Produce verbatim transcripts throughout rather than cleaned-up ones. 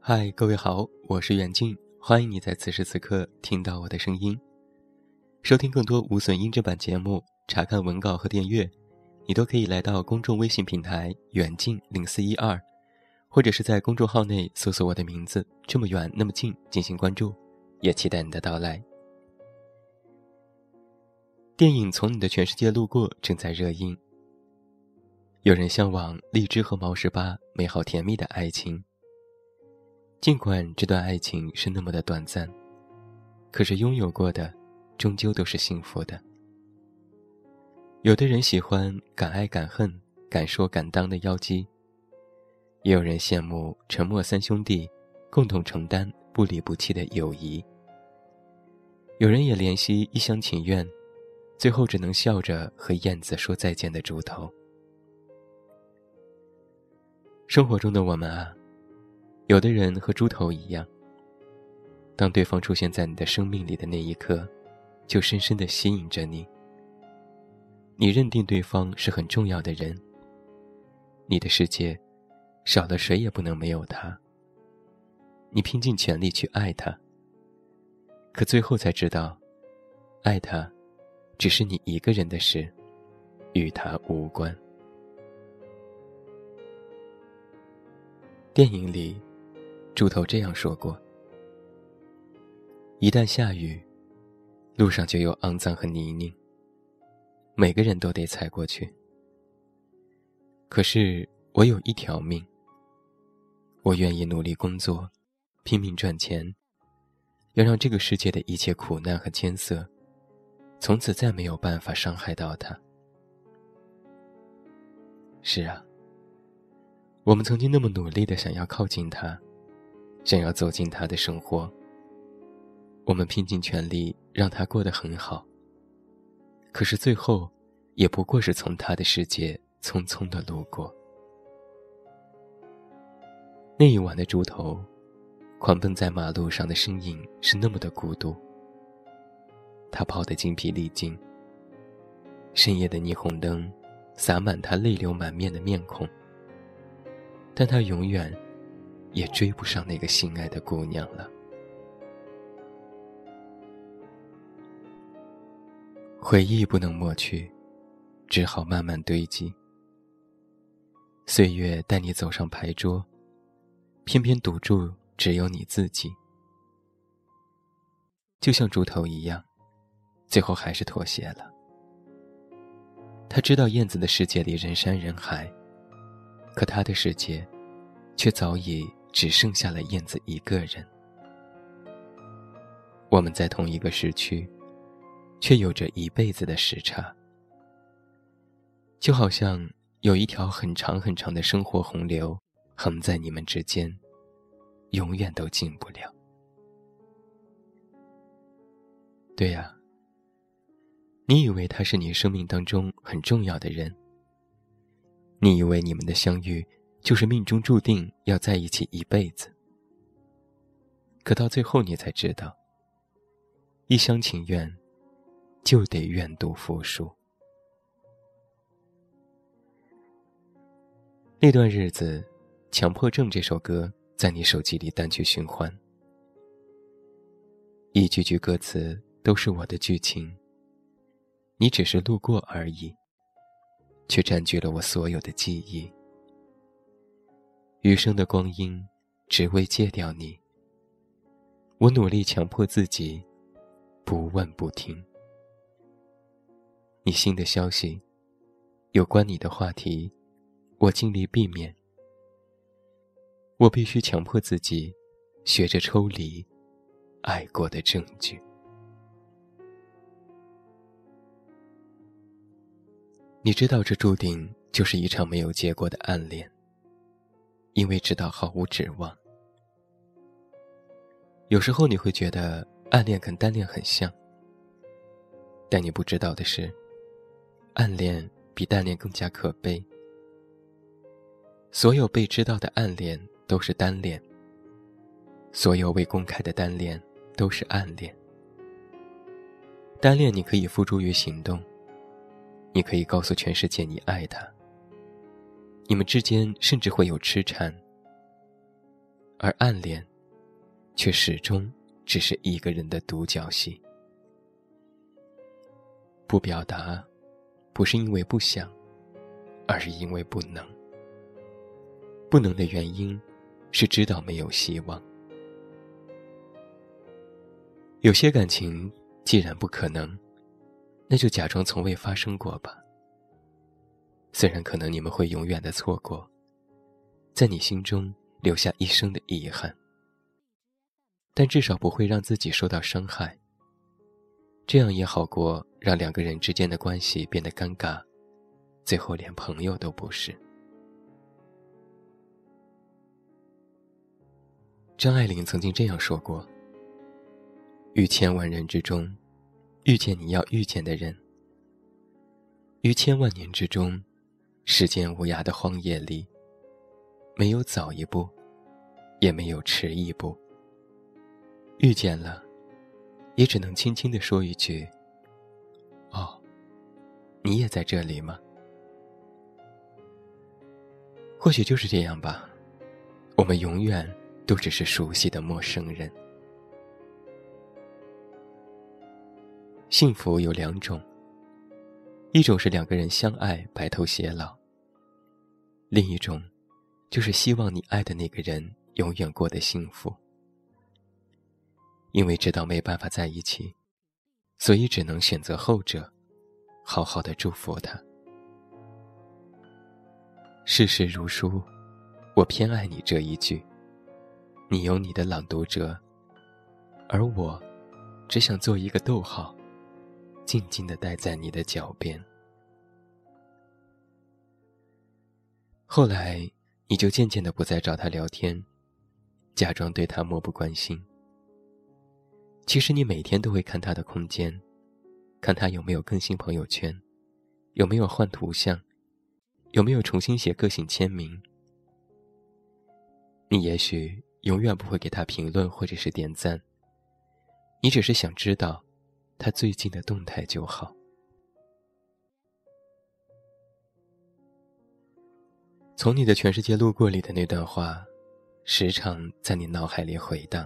嗨，各位好，我是远近，欢迎你在此时此刻听到我的声音。收听更多无损音质版节目，查看文稿和订阅，你都可以来到公众微信平台远近零四一二，或者是在公众号内搜索我的名字这么远那么近进行关注，也期待你的到来。电影《从你的全世界路过》正在热映，有人向往荔枝和毛十八美好甜蜜的爱情，尽管这段爱情是那么的短暂，可是拥有过的终究都是幸福的。有的人喜欢敢爱敢恨敢说敢当的妖姬，也有人羡慕沉默三兄弟共同承担不离不弃的友谊。有人也怜惜一厢情愿最后只能笑着和燕子说再见的猪头。生活中的我们啊，有的人和猪头一样，当对方出现在你的生命里的那一刻，就深深地吸引着你。你认定对方是很重要的人，你的世界少了谁也不能没有他，你拼尽全力去爱他，可最后才知道，爱他只是你一个人的事，与他无关。电影里猪头这样说过，一旦下雨，路上就有肮脏和泥泞，每个人都得踩过去。可是我有一条命，我愿意努力工作，拼命赚钱，要让这个世界的一切苦难和艰涩从此再没有办法伤害到他。是啊，我们曾经那么努力地想要靠近他，想要走进他的生活，我们拼尽全力让他过得很好，可是最后也不过是从他的世界匆匆地路过。那一晚的猪头狂奔在马路上的身影是那么的孤独，他跑得精疲力尽，深夜的霓虹灯洒满他泪流满面的面孔，但他永远也追不上那个心爱的姑娘了。回忆不能抹去，只好慢慢堆积。岁月带你走上牌桌，偏偏赌注只有你自己。就像猪头一样，最后还是妥协了。他知道燕子的世界里人山人海，可他的世界却早已只剩下了燕子一个人。我们在同一个时区，却有着一辈子的时差，就好像有一条很长很长的生活洪流横在你们之间，永远都进不了。对呀，你以为他是你生命当中很重要的人，你以为你们的相遇就是命中注定要在一起一辈子，可到最后你才知道，一厢情愿就得愿赌服输。那段日子，《强迫症》这首歌在你手机里单曲循环，一句句歌词都是我的剧情，你只是路过而已，却占据了我所有的记忆。余生的光阴只为戒掉你，我努力强迫自己不问不听。你新的消息，有关你的话题，我尽力避免。我必须强迫自己学着抽离爱过的证据。你知道这注定就是一场没有结果的暗恋，因为知道毫无指望。有时候你会觉得暗恋跟单恋很像，但你不知道的是，暗恋比单恋更加可悲。所有被知道的暗恋都是单恋，所有未公开的单恋都是暗恋。单恋你可以付诸于行动，你可以告诉全世界你爱他，你们之间甚至会有痴缠， 而暗恋却始终只是一个人的独角戏。不表达，不是因为不想，而是因为不能。不能的原因是知道没有希望。有些感情既然不可能，那就假装从未发生过吧。虽然可能你们会永远的错过，在你心中留下一生的遗憾，但至少不会让自己受到伤害。这样也好过让两个人之间的关系变得尴尬，最后连朋友都不是。张爱玲曾经这样说过，于千万人之中遇见你要遇见的人，于千万年之中时间无涯的荒野里，没有早一步，也没有迟一步。遇见了，也只能轻轻地说一句，哦，你也在这里吗？或许就是这样吧，我们永远都只是熟悉的陌生人。幸福有两种，一种是两个人相爱白头偕老，另一种就是希望你爱的那个人永远过得幸福。因为知道没办法在一起，所以只能选择后者，好好的祝福他。世事如书，我偏爱你这一句，你有你的朗读者，而我只想做一个逗号，静静地待在你的脚边。后来你就渐渐地不再找他聊天，假装对他漠不关心。其实你每天都会看他的空间，看他有没有更新朋友圈，有没有换图像，有没有重新写个性签名。你也许永远不会给他评论或者是点赞，你只是想知道他最近的动态就好。从你的全世界路过里的那段话，时常在你脑海里回荡。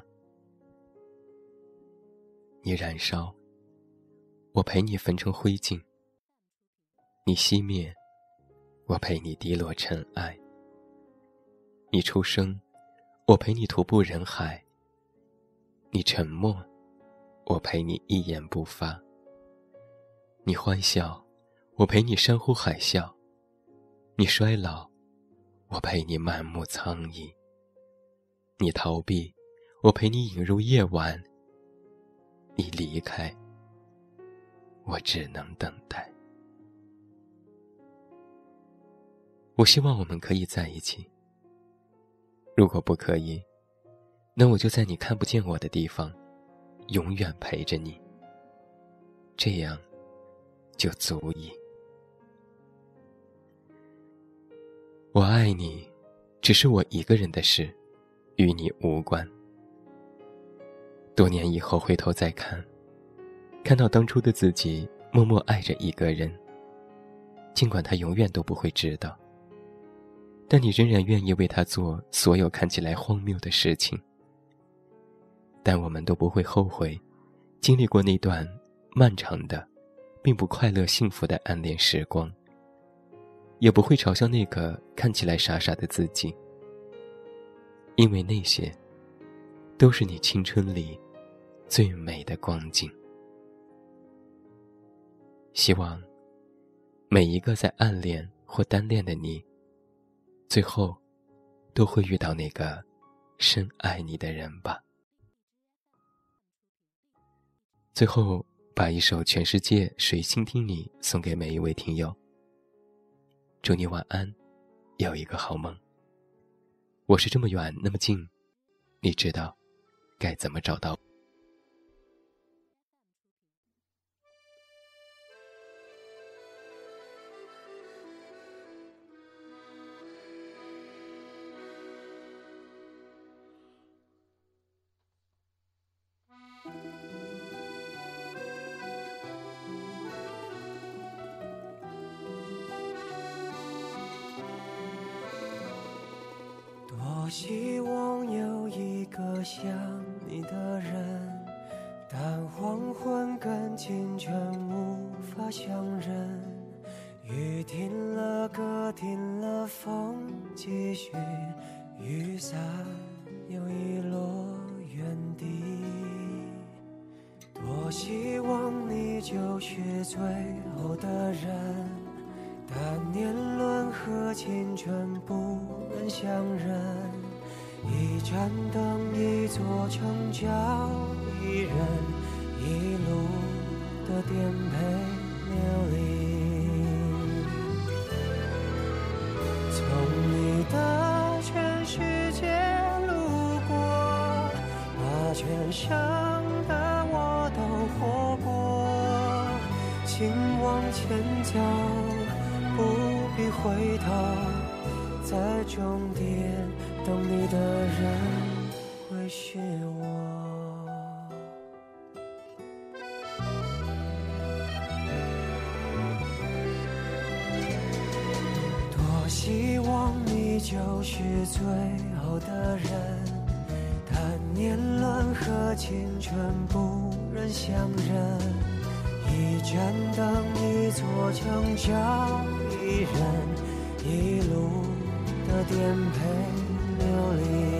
你燃烧，我陪你焚成灰烬；你熄灭，我陪你滴落尘埃；你出生，我陪你徒步人海；你沉默，我陪你一言不发；你欢笑，我陪你山呼海啸；你衰老，我陪你满目苍夷；你逃避，我陪你引入夜晚；你离开，我只能等待。我希望我们可以在一起，如果不可以，那我就在你看不见我的地方，永远陪着你，这样就足以。我爱你，只是我一个人的事，与你无关。多年以后回头再看，看到当初的自己默默爱着一个人，尽管他永远都不会知道，但你仍然愿意为他做所有看起来荒谬的事情。但我们都不会后悔经历过那段漫长的并不快乐幸福的暗恋时光，也不会嘲笑那个看起来傻傻的自己，因为那些都是你青春里最美的光景。希望每一个在暗恋或单恋的你，最后都会遇到那个深爱你的人吧。最后把一首《全世界谁倾听你》送给每一位听友，祝你晚安，有一个好梦。我是这么远那么近，你知道该怎么找到我。 多希望有一个想你的人，但黄昏跟清晨无法相认。雨停了，歌停了，风继续，雨伞又遗落原地。多希望你就是最后的人，但年轮和青春不能相认。一盏灯，一座城，叫一人，一路的颠沛流离。从你的全世界路过，把全盛的我都活过。请往前走，不必回头，在终点等你的人会是我。多希望你就是最后的人，但年轮和青春不忍相认。一盏灯，一座城，叫一人，一路的颠沛流离。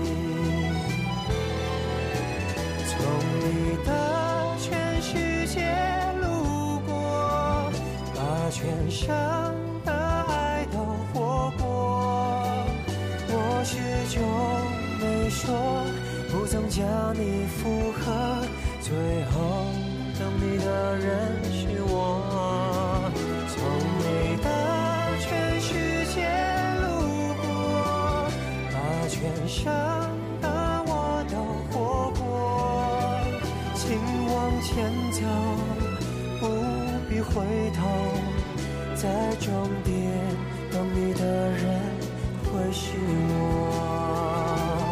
从你的全世界路过，把全盛的爱都活过。我始终没说，不曾将你附和，最后等你的人是我。从你的全世界路过，把全盛的我都活过。请往前走，不必回头，在终点等你的人会是我。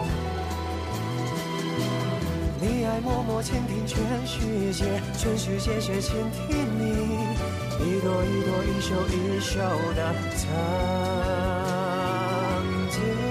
你爱默默倾听全世界，全世界却倾听你，一朵一朵，一首一首的曾经。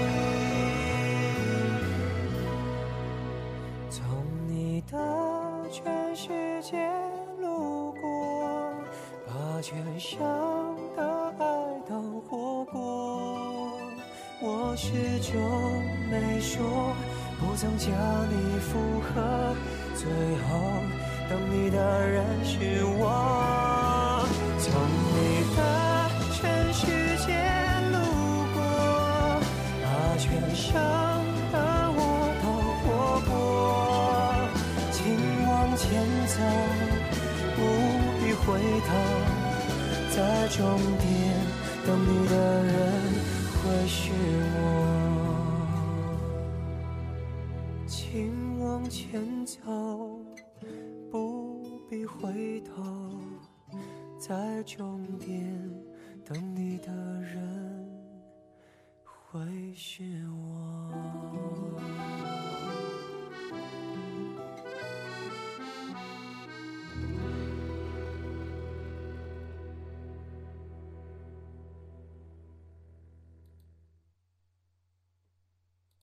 从你的全世界路过，把全盛的爱都活过。我始终没说，不曾将你附和，最后等你的人是我。从你的全世界路过，把全盛的我都活过。请往前走，不必回头，在终点等你的人会是我。请往前走，不必回头，在终点等你的人会是我。